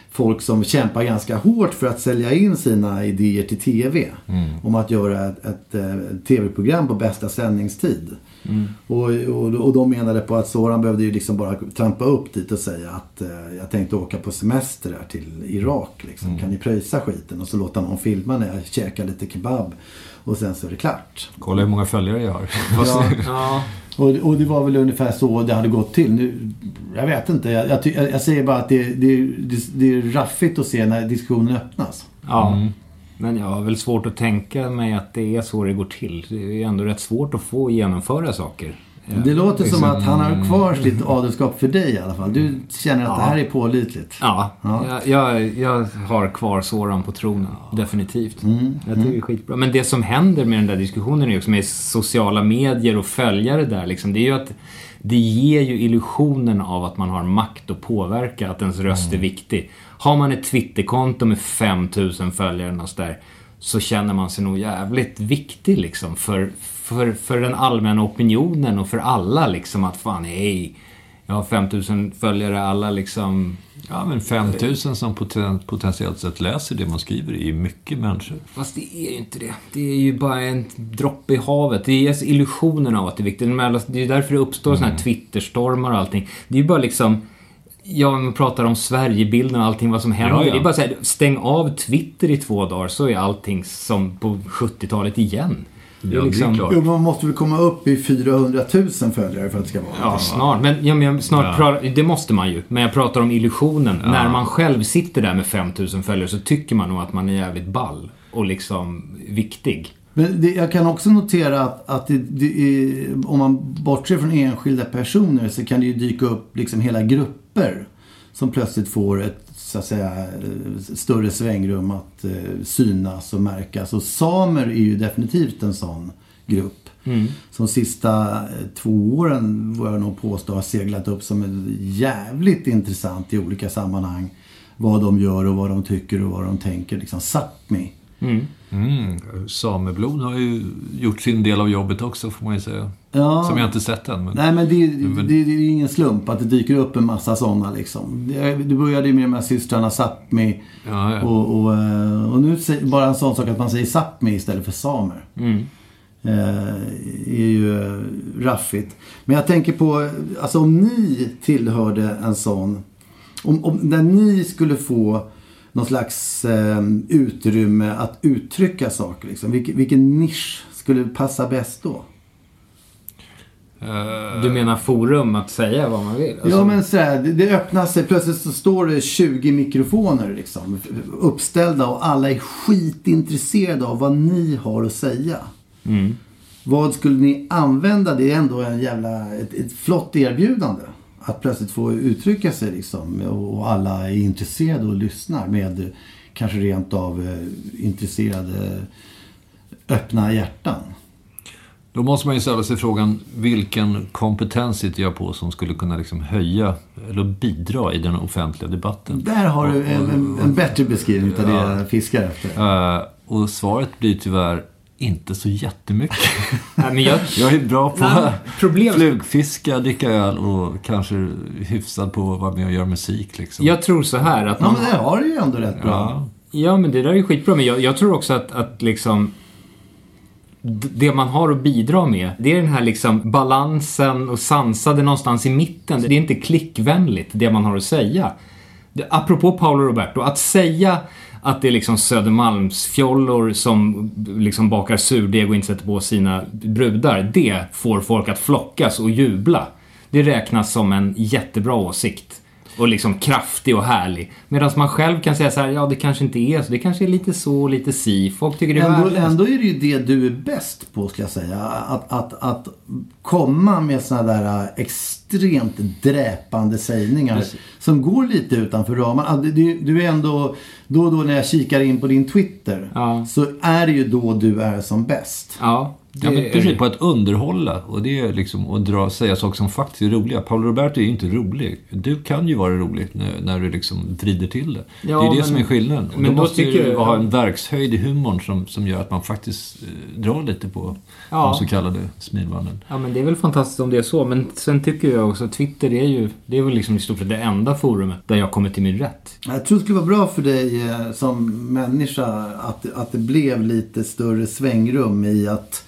folk som kämpar ganska hårt för att sälja in sina idéer till tv. Mm. Om att göra ett, ett, ett tv-program på bästa sändningstid. Mm. Och, och, och de menade på att Soran behövde ju liksom bara trampa upp dit och säga att eh, jag tänkte åka på semester där till Irak liksom. Mm. Kan ni pröjsa skiten? Och så låta någon filma när jag käkar lite kebab och sen så är det klart. Kolla hur många följare jag har. Ja, ja. Och, och det var väl ungefär så det hade gått till. Nu, jag vet inte, jag, jag, jag säger bara att det, det, det, det är raffigt att se när diskussionen öppnas. Ja. Mm. Men jag har väl svårt att tänka mig att det är så det går till. Det är ändå rätt svårt att få genomföra saker. Det låter som att han har kvar sitt adelskap för dig i alla fall. Du känner att ja. det här är pålitligt. Ja, ja. Jag, jag, jag har kvar Soran på tronen. Definitivt. Mm. Jag tycker det är skitbra. Men det som händer med den där diskussionen är också med sociala medier och följare där. Liksom, det är ju att det ger ju illusionen av att man har makt att påverka, att ens röst är viktig. Har man ett Twitterkonto med fem tusen följare och så där, så känner man sig nog jävligt viktig liksom för, för, för den allmänna opinionen och för alla liksom att fan, hej, jag har fem tusen följare, alla liksom... Ja, men fem tusen som poten, potentiellt sett läser det man skriver är ju mycket människor. Fast det är ju inte det. Det är ju bara en droppe i havet. Det är illusionen av att det är viktigt. Det är därför det uppstår mm. såna här Twitterstormar och allting. Det är ju bara liksom... Ja, man pratar om Sverigebilden och allting, vad som händer. Ja, ja. Det är bara så här, stäng av Twitter i två dagar så är allting som på sjuttiotalet igen. Det är ja, liksom... det är jo, man måste väl komma upp i fyrahundratusen följare för att det ska vara. Ja, snart. Men, ja, men snart ja. pra- det måste man ju. Men jag pratar om illusionen. Ja. När man själv sitter där med fem tusen följare så tycker man nog att man är jävligt ball och liksom viktig. Men det, jag kan också notera att, att det, det är, om man bortser från enskilda personer så kan det ju dyka upp liksom hela grupper som plötsligt får ett så att säga större svängrum att eh, synas och märkas. Och samer är ju definitivt en sån grupp. Mm. Som sista eh, två åren var jag nog påstå har seglat upp som är jävligt intressant i olika sammanhang. Vad de gör och vad de tycker och vad de tänker. Liksom Sápmi. Mm. Mm. Sameblod har ju gjort sin del av jobbet också, får man ju säga. Ja. Som jag inte sett än. Men... Nej, men det, det, det, det är ingen slump att det dyker upp en massa sådana liksom. Det, det började ju med de här systrarna Sápmi. Ja, ja. Och, och, och nu bara en sån sak att man säger Sápmi istället för samer. Mm. Eh, är ju raffigt. Men jag tänker på, alltså om ni tillhörde en sån, om, om när ni skulle få någon slags eh, utrymme att uttrycka saker liksom. Vilken, vilken nisch skulle passa bäst då? Du menar forum att säga vad man vill? Alltså... Ja, men så här, det, det öppnar sig. Plötsligt så står det tjugo mikrofoner liksom, uppställda och alla är skitintresserade av vad ni har att säga. Mm. Vad skulle ni använda? Det är ändå en jävla, ett, ett flott erbjudande. Att plötsligt få uttrycka sig liksom, och alla är intresserade och lyssnar med kanske rent av eh, intresserade öppna hjärtan. Då måste man ju ställa sig frågan vilken kompetens sitter jag på som skulle kunna liksom höja eller bidra i den offentliga debatten. Där har du en, en, en bättre beskrivning av ja, det jag fiskar efter. Uh, och svaret blir tyvärr inte så jättemycket. Nej, men jag... jag är bra på Nej, problem... flugfiska, dricka öl och kanske hyfsad på vad med att göra musik. Liksom. Jag tror så här att man... Ja, men det har du ju ändå rätt bra. Ja, ja men det där är ju skitbra. Men jag, jag tror också att, att liksom... det man har att bidra med, det är den här liksom balansen och sansade någonstans i mitten. Det är inte klickvänligt det man har att säga. Det, apropå Paolo Roberto, att säga att det är liksom Södermalmsfjollor som liksom bakar surdeg och inte sätter på sina brudar, det får folk att flockas och jubla. Det räknas som en jättebra åsikt. Och liksom kraftig och härlig. Medan man själv kan säga så här, ja det kanske inte är så. Det kanske är lite så, lite si. Folk tycker det är ändå, ändå är det ju det du är bäst på, ska jag säga. Att, att, att komma med såna där extremt dräpande sägningar. Precis. Som går lite utanför ramen. Du, du är ändå, då och då när jag kikar in på din Twitter. Ja. Så är det ju då du är som bäst. Ja. Ja, men precis, på att underhålla och det är liksom att dra, säga saker som faktiskt är roliga. Paolo Roberto är ju inte rolig. Du kan ju vara rolig när, när du liksom vrider till det. Ja, det är det men, som är skillnaden. Men då, då måste du jag... ha en verkshöjd i humorn som, som gör att man faktiskt eh, drar lite på ja. de så kallade smilbanden. Ja, men det är väl fantastiskt om det är så. Men sen tycker jag också. Twitter är ju, det är väl liksom i stort sett det enda forumet där jag kommer till min rätt. Jag tror det skulle vara bra för dig eh, som människa att, att det blev lite större svängrum i att,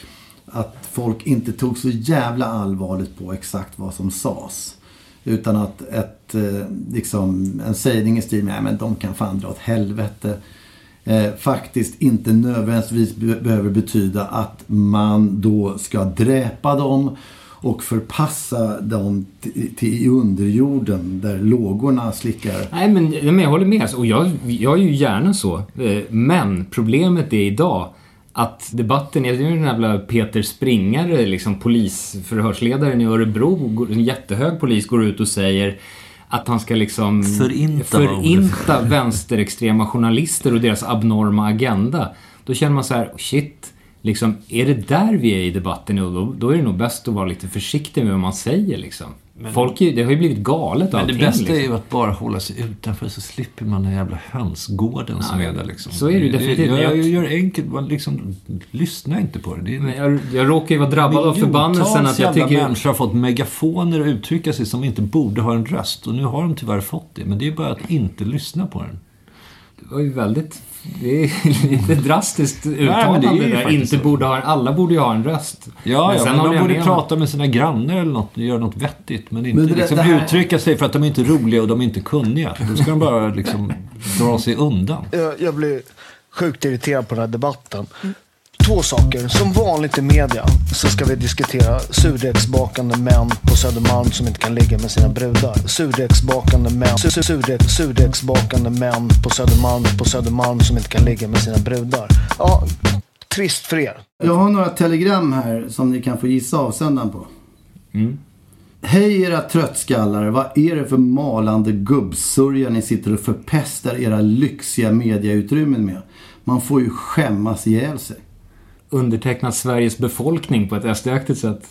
att folk inte tog så jävla allvarligt på exakt vad som sades. Utan att ett, eh, liksom, en sägning i stil med, men de kan fan dra åt helvete. Eh, faktiskt inte nödvändigtvis be- behöver betyda att man då ska dräpa dem och förpassa dem t- till underjorden där lågorna slickar. Nej, men, men jag håller med. Och jag, jag är ju gärna så. Eh, men problemet är idag att debatten är ju den jävla Peter Springare, liksom polisförhörsledaren i Örebro, en jättehög polis, går ut och säger att han ska liksom förinta, förinta vänsterextrema journalister och deras abnorma agenda. Då känner man så här, shit, liksom, är det där vi är i debatten? Och då, då är det nog bäst att vara lite försiktig med vad man säger liksom. Men, folk är, det har ju blivit galet. Men allting, det bästa liksom. är ju att bara hålla sig utanför, så slipper man den jävla hönsgården som Nej, är där liksom. Så är det ju definitivt. Jag, jag, jag gör enkelt, man liksom lyssnar inte på det, det är, men jag, jag råkar ju vara drabbad av förbannelsen att jag tycker människor har fått megafoner och uttrycka sig som inte borde ha en röst, och nu har de tyvärr fått det, men det är bara att inte lyssna på den. Det var ju väldigt, det är lite drastiskt uttalande. Nej, där inte borde ha, alla borde ju ha en röst. Ja, men, ja, sen men de borde med prata med sina grannar eller något, göra något vettigt, men inte men det, liksom det här... uttrycka sig för att de är inte roliga och de är inte kunniga. Då ska de bara liksom dra sig undan. Jag, jag blir sjukt irriterad på den här debatten. Två saker. Som vanligt i media så ska vi diskutera surdegsbakande män på Södermalm som inte kan ligga med sina brudar. Surdegsbakande män, sur, surdeg, surdegsbakande män på Södermalm, på Södermalm som inte kan ligga med sina brudar. Ja, trist för er. Jag har några telegram här som ni kan få gissa avsändaren på. Mm. Hej era tröttskallar, vad är det för malande gubbsurja ni sitter och förpestar era lyxiga mediautrymmen med? Man får ju skämmas ihjäl sig. Undertecknat Sveriges befolkning på ett S D-aktigt sätt.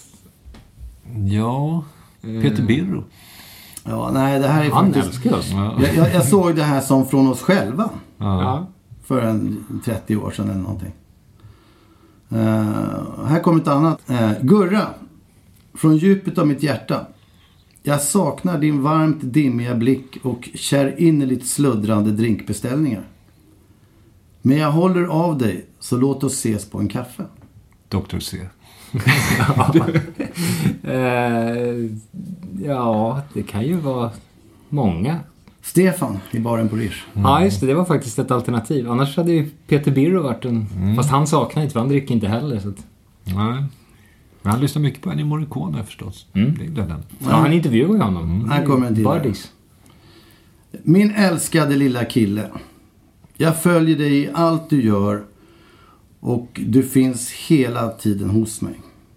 Ja, Peter Birro. Ja, nej, det här är Han faktiskt... älskar oss. Jag, jag, jag såg det här som från oss själva. Ja. För en trettio år sedan eller någonting. Uh, här kommer ett annat. Uh, Gurra, från djupet av mitt hjärta. Jag saknar din varmt dimmiga blick och kär innerligt sluddrande drinkbeställningar. Men jag håller av dig, så låt oss ses på en kaffe. doktor C. ja. uh, ja, det kan ju vara många. Stefan i baren på Rish. Mm. Ja, just det. Det var faktiskt ett alternativ. Annars hade ju Peter Birro varit en... Mm. Fast han saknar inte, för han dricker inte heller. Så att... Nej. Men han lyssnar mycket på Ennio Morricone förstås. Mm. Det är den. Ja, han intervjuar ju honom. Mm. Här kommer en till. Buddies. Min älskade lilla kille. Jag följer dig i allt du gör. Och du finns hela tiden hos mig.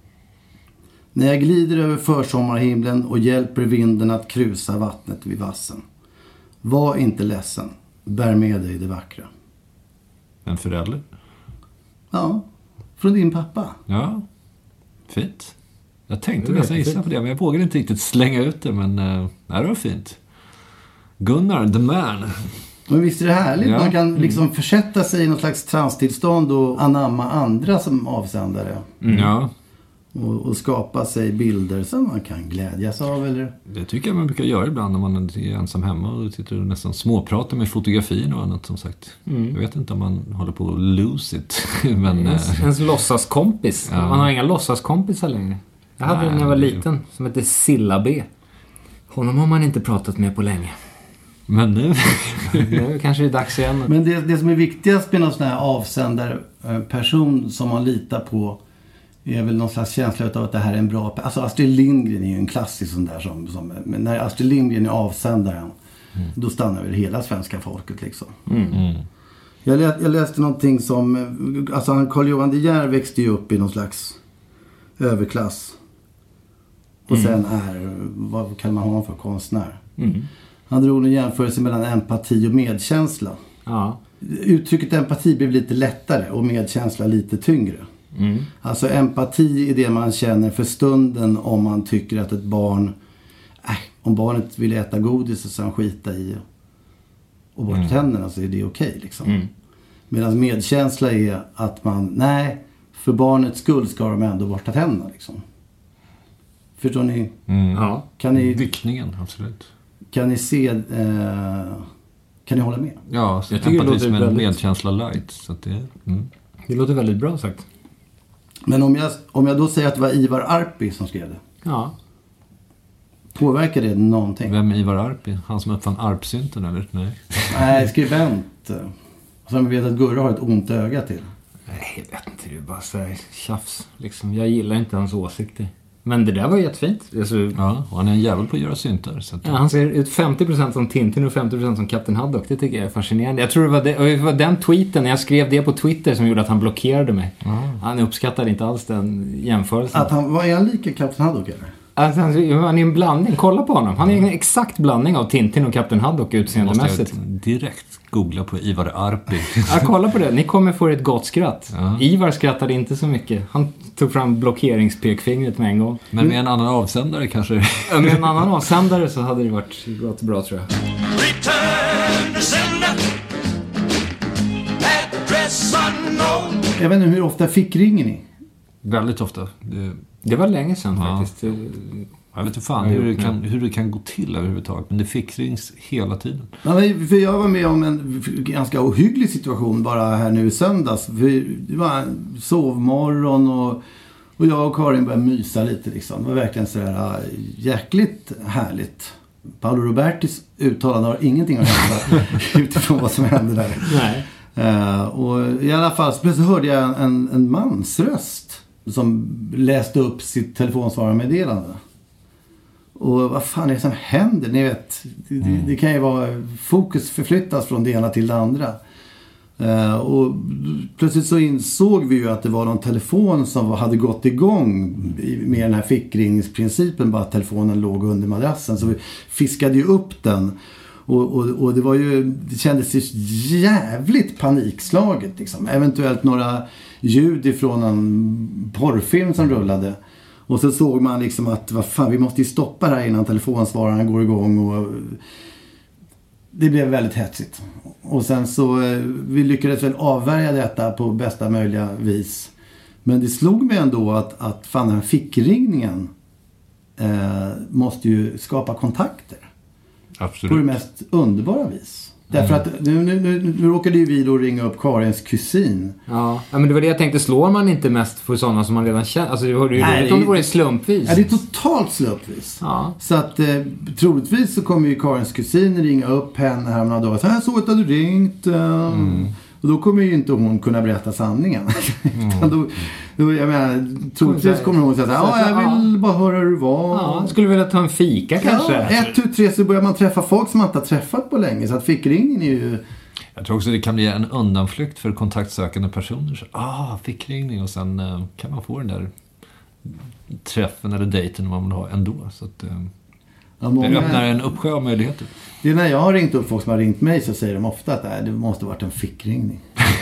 När jag glider över försommarhimlen och hjälper vinden att krusa vattnet vid vassen. Var inte ledsen. Bär med dig det vackra. En förälder? Ja, från din pappa. Ja, fint. Jag tänkte nästan gissa på det, men jag vågade inte riktigt slänga ut det. Men äh, det var fint. Gunnar, the man. Men visst är det härligt? Ja. Man kan liksom försätta sig i något slags transtillstånd och anamma andra som avsändare. Mm. Ja. Och, och skapa sig bilder som man kan glädjas av, eller? Det tycker jag man brukar göra ibland när man är ensam hemma och sitter och nästan småpratar med fotografin och annat, som sagt. Mm. Jag vet inte om man håller på att lose it. Men, ens, ens låtsaskompis. Ja. Man har inga låtsaskompisar längre. Jag hade när jag var liten som hette Silla B. Honom har man inte pratat med på länge. Men nu... nu kanske det är dags igen. Men det, det som är viktigast med någon sån här avsändarperson som man litar på är väl någon slags känsla av att det här är en bra... Alltså Astrid Lindgren är ju en klassisk sån där som... som men när Astrid Lindgren är avsändaren, mm. då stannar väl hela svenska folket liksom. Mm. Mm. Jag, lä, jag läste någonting som... Alltså Carl Johan De Geer växte ju upp i någon slags överklass. Och mm. sen är... Vad kan man ha för konstnär? Mm. Han drog en jämförelse mellan empati och medkänsla. Ja. Uttrycket empati blev lite lättare och medkänsla lite tyngre. Mm. Alltså empati är det man känner för stunden om man tycker att ett barn... Äh, om barnet vill äta godis och sen skita i och bort mm. tänderna, så är det okej okay, liksom. Mm. Medan medkänsla är att man... Nej, för barnets skull ska de ändå borta tänderna liksom. Förstår ni? Mm. Ja. Kan ni... Vickningen, absolut. Kan ni se... Eh, kan ni hålla med? Ja, jag tycker det låter med väldigt... medkänsla light. Så att det, mm. det låter väldigt bra sagt. Men om jag, om jag då säger att det var Ivar Arpi som skrev det. Ja. Påverkar det någonting? Vem är Ivar Arpi? Han som uppfann arpsynten eller? Nej. Nej, skribent. Som vi vet att Gurra har ett ont öga till. Nej, jag vet inte. Det är bara så här tjafs. Liksom. Jag gillar inte hans åsikter. Men det där var jättefint. Alltså, ja, och han är en jävel på att göra syntar. Så att... ja, han ser ut femtio procent som Tintin och femtio procent som Kapten Haddock. Det tycker jag är fascinerande. Jag tror det var, det, det var den tweeten, när jag skrev det på Twitter, som gjorde att han blockerade mig. Mm. Han uppskattade inte alls den jämförelsen. Att han, vad är han lika Kapten Haddock eller? Alltså, han är en blandning. Kolla på honom. Han är en exakt blandning av Tintin och Kapten Haddock utseendemässigt. Direkt googla på Ivar Arpi. Ja, kolla på det. Ni kommer få ett gott skratt. Ja. Ivar skrattade inte så mycket. Han tog fram blockeringspekfingret med en gång. Men med en annan avsändare kanske? Ja, med en annan avsändare så hade det varit gått bra, tror jag. Jag vet inte hur ofta fick ringer ni? Väldigt ofta. Det, det var länge sedan ja. faktiskt. Jag vet inte fan hur det, kan, hur det kan gå till överhuvudtaget. Men det fick rings hela tiden. Ja, för jag var med om en ganska ohygglig situation bara här nu i söndags. Det var en sovmorgon och, och jag och Karin började mysa lite. Liksom. Det var verkligen så här jäkligt härligt. Paolo Robertis uttalande har ingenting att hända utifrån vad som hände där. Nej. Uh, och i alla fall så hörde jag en, en mans röst som läste upp sitt telefonsvararmeddelande. Och vad fan är det som händer? Ni vet, det, mm. det kan ju vara fokus förflyttas från det ena till det andra. Uh, och plötsligt så insåg vi ju att det var någon telefon som hade gått igång med den här fickringningsprincipen, bara att telefonen låg under madrassen. Så vi fiskade ju upp den. Och, och, och det var ju, det kändes ju jävligt panikslaget liksom. Eventuellt några ljud ifrån en porrfilm som rullade. Och så såg man liksom att vad fan, vi måste ju stoppa det här innan telefonsvararen går igång. Och det blev väldigt hetsigt. Och sen så vi lyckades väl avvärja detta på bästa möjliga vis. Men det slog mig ändå att, att fan, den här fickringningen eh, måste ju skapa kontakter. Absolut. På det mest underbara vis. Därför att nu, nu, nu, nu råkade ju vi då ringa upp Karins kusin. Ja, ja, men det var det jag tänkte. Slår man inte mest för sådana som man redan känner? Alltså det var ju roligt om det vore slumpvis. Ja, det är totalt slumpvis. Ja. Så att eh, troligtvis så kommer ju Karins kusin ringa upp henne här om några dagar. Så här såg att du ringt. Um, mm. Och då kommer ju inte hon kunna berätta sanningen. Mm. då, då, jag menar, troligtvis kommer hon säga ja, jag vill bara höra hur det var. Ja, skulle vilja ta en fika kanske. Ja, ett, tu, tre så börjar man träffa folk som man inte har träffat på länge. Så att fickringen är ju... Jag tror också det kan bli en undanflykt för kontaktsökande personer. Så, ah, fickringning. Och sen uh, kan man få den där träffen eller dejten man vill ha ändå. Så att... Uh... Ja, många... Det öppnar en uppsjö av möjligheter. Det är när jag har ringt upp folk som har ringt mig så säger de ofta att det måste ha varit en fickringning.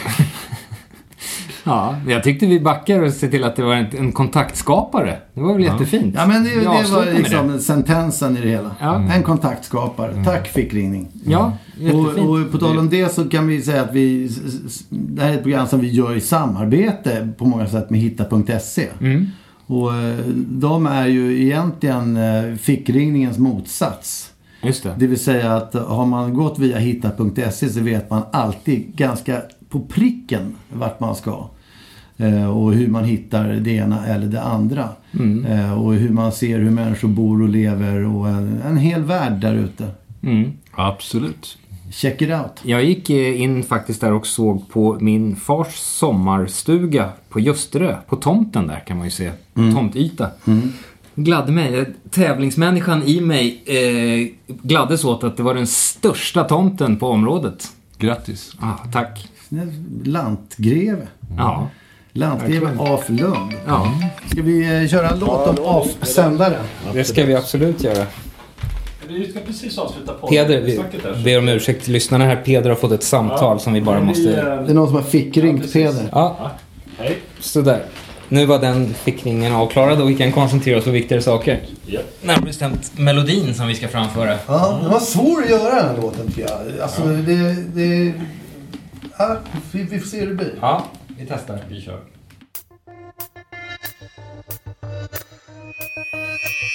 Ja, jag tyckte vi backar och ser till att det var en, en kontaktskapare. Det var väl ja. jättefint. Ja, men det, det var liksom det. sentensen i det hela. Ja. Mm. En kontaktskapare. Mm. Tack, fickringning. Ja, jättefint. Och, och på tal om det så kan vi säga att vi, det här är ett program som vi gör i samarbete på många sätt med hitta punkt se. Mm. Och de är ju egentligen fickringningens motsats. Just det. Det vill säga att har man gått via hitta punkt se så vet man alltid ganska på pricken vart man ska. Och hur man hittar det ena eller det andra. Mm. Och hur man ser hur människor bor och lever. Och en, en hel värld där ute. Mm. Absolut. Check it out. Jag gick in faktiskt där och såg på min fars sommarstuga på Ljusterö. På tomten där kan man ju se. Mm. Tomtyta. Mm. Gladde mig. Tävlingsmänniskan i mig eh, gladdes åt att det var den största tomten på området. Grattis. Ah, tack. Lantgreve. Mm. Ja. Lantgreve af Lund. Ja. Ska vi eh, köra en låt om avsändare? Det ska vi absolut göra. Vi ska precis avsluta på Peder, vi ber om ursäkt till lyssnarna här. Peder har fått ett samtal ja, som vi bara vi, måste... Det är någon som har fickringt ja, Peder. Ja, ja. Hej. Sådär. Nu var den fickringen avklarad och vi kan koncentrera oss på viktigare saker. Yep. Närmare bestämt melodin som vi ska framföra. Ja, det var svårt att göra den här låten tycker jag. Alltså ja. det... det ja, vi, vi får se hur det blir. Ja, vi testar. Vi kör.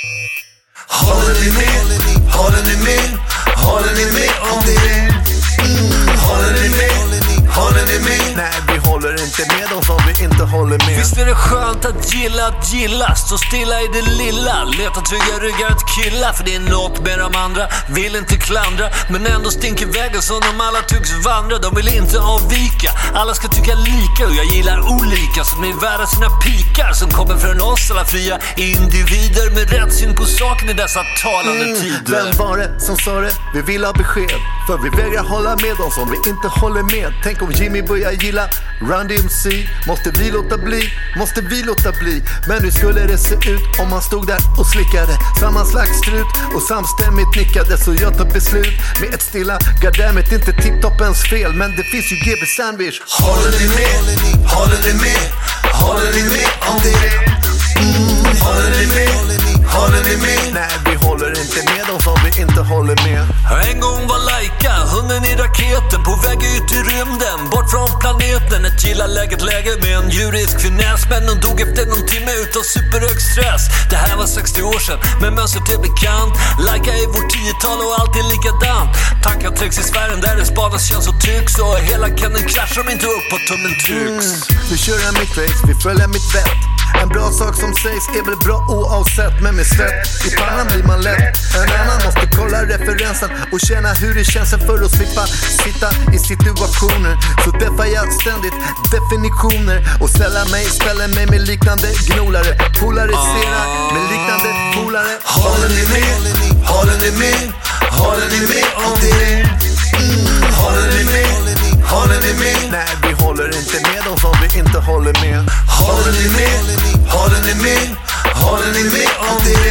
Håller ni med om det? Mm. Håller ni med? Håller ni med? Nej, vi håller inte med dem som vi inte håller med. Visst är det skönt att gilla att gilla. Stå stilla i det lilla. Leta trygga ryggar att killa. För det är något med de andra. Vill inte klandra. Men ändå stinker vägen som de alla tycks vandra. De vill inte avvika. Alla ska tycka lika. Och jag gillar olika som är värda sina pikar. Som kommer från oss alla fria individer. Med rätt syn på saken i dessa talande mm. tider. Vem var det som sa det? Vi vill ha besked. För vi vägrar hålla med dem som vi inte håller med. Tänk om Jimmy börjar gilla Run D M C. Måste vi låta bli? Måste vi låta bli? Men hur skulle det se ut om man stod där och slickade samma slags strut och samstämmigt nickade? Så jag tar beslut med ett stilla goddammit, inte tipptoppens fel. Men det finns ju G B Sandwich. Håller ni med? Håller ni med? Håller ni med om det? Mm. Håller ni med? Håller ni med? Nej, vi håller inte med dem som vi inte håller med. En gång var Laika, hunden i raketen, på väg ut i rymden, bort från planeten. Ett gilla läget läge med en djurisk finess. Men hon dog efter någon timme utav superhög stress. Det här var sextio år sedan, men mönstret är bekant. Laika är vårt tiotal och allt är likadant. Tankar trycks i sfären där det spadas, känns och tycks. Och hela kannen kraschar om inte upp på tummen trycks. Mm. Vi kör en mitt race, vi följer mitt vett. En bra sak som sägs är väl bra oavsett. Men med svett i pannan blir man lätt. En annan måste kolla referensen och känna hur det känns för att slippa sitta i situationer. Så deffar jag ständigt definitioner och ställa mig, ställer mig med liknande gnolare. Polarisera med liknande polare. Håller ni med? Håller ni med? Håller ni med om det? Mm. Håller ni med? Håller ni med? Nej, vi håller inte med dem som vi inte håller med. Håller ni med? Håller ni med? Håller ni med om det?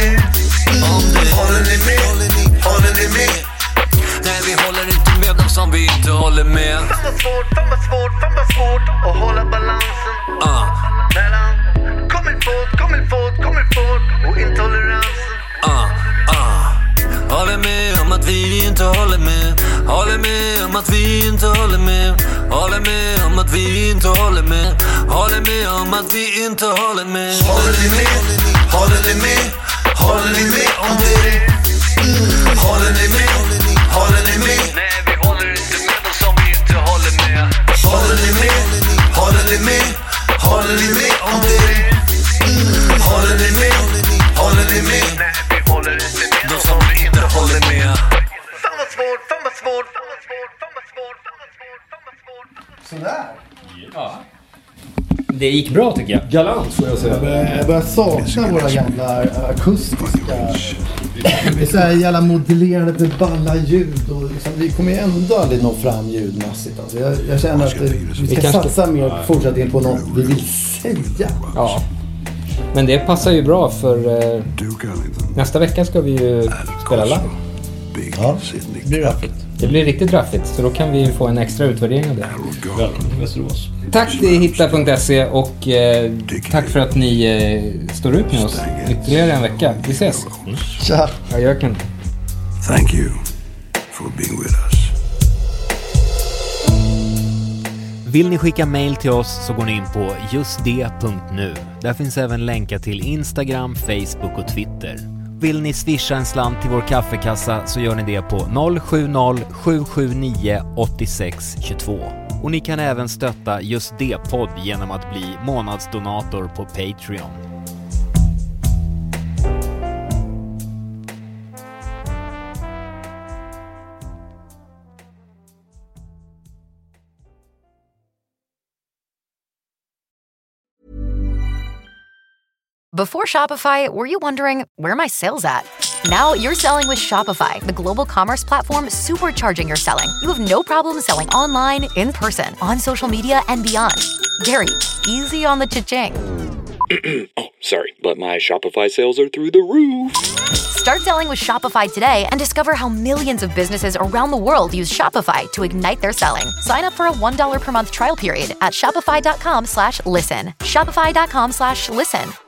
Mm. Håller ni med? Håller ni med? Nej, vi håller inte med dem som vi inte håller med. Fan vad svårt, fan vad svårt, fan vad svårt att hålla balansen uh. mellan komilfot, komilfot, komilfot och intoleransen. Uh, uh. Håller med om att vi inte håller med. Håller med om att vi inte håller med. Håller med om att vi inte håller med. Håller med om att vi inte håller med. Håller ni med? Håller ni med? Håller ni med om det? Mm. Håller ni med? Håller ni med? Nej, vi håller inte med dem som vi inte håller med. Håller ni med? Håller ni med? Håller ni med om det? Mm. Håller ni med? Håller ni med? Nej, vi håller inte med dem som vi inte håller med. Fan vad svårt, fan vad svårt, fan vad svårt, fan vad svårt, fan vad svårt, fan vad svårt. Sådär. Ja. Det gick bra tycker jag. Galant får jag säga. Jag börjar, jag börjar sakna våra gamla akustiska. Det är så här jävla modellerande med balla ljud. Och liksom, vi kommer ju ändå aldrig nå fram ljudmässigt. Alltså jag, jag känner att det, vi ska vi satsa ska... mer fortsättning på något vi vill säga. Ja. Men det passar ju bra för eh, nästa vecka ska vi ju spela live. Ja, det blir raffigt. Det blir riktigt raffigt, så då kan vi få en extra utvärdering av det. Välkommen till Västerås. Tack till hitta punkt se och eh, tack för att ni eh, står ut med oss ytterligare en vecka. Vi ses. Tja. Adjöken. Thank you for being with us. Vill ni skicka mejl till oss så går ni in på just det punkt nu. Där finns även länkar till Instagram, Facebook och Twitter. Vill ni swisha en slant till vår kaffekassa så gör ni det på noll sju noll sju sju nio åtta sex två två. Och ni kan även stötta Just det-podd genom att bli månadsdonator på Patreon. Before Shopify, were you wondering, where are my sales at? Now you're selling with Shopify, the global commerce platform supercharging your selling. You have no problem selling online, in person, on social media, and beyond. Gary, easy on the cha-ching. Oh, sorry, but my Shopify sales are through the roof. Start selling with Shopify today and discover how millions of businesses around the world use Shopify to ignite their selling. Sign up for a one dollar per month trial period at shopify.com slash listen. Shopify.com slash listen.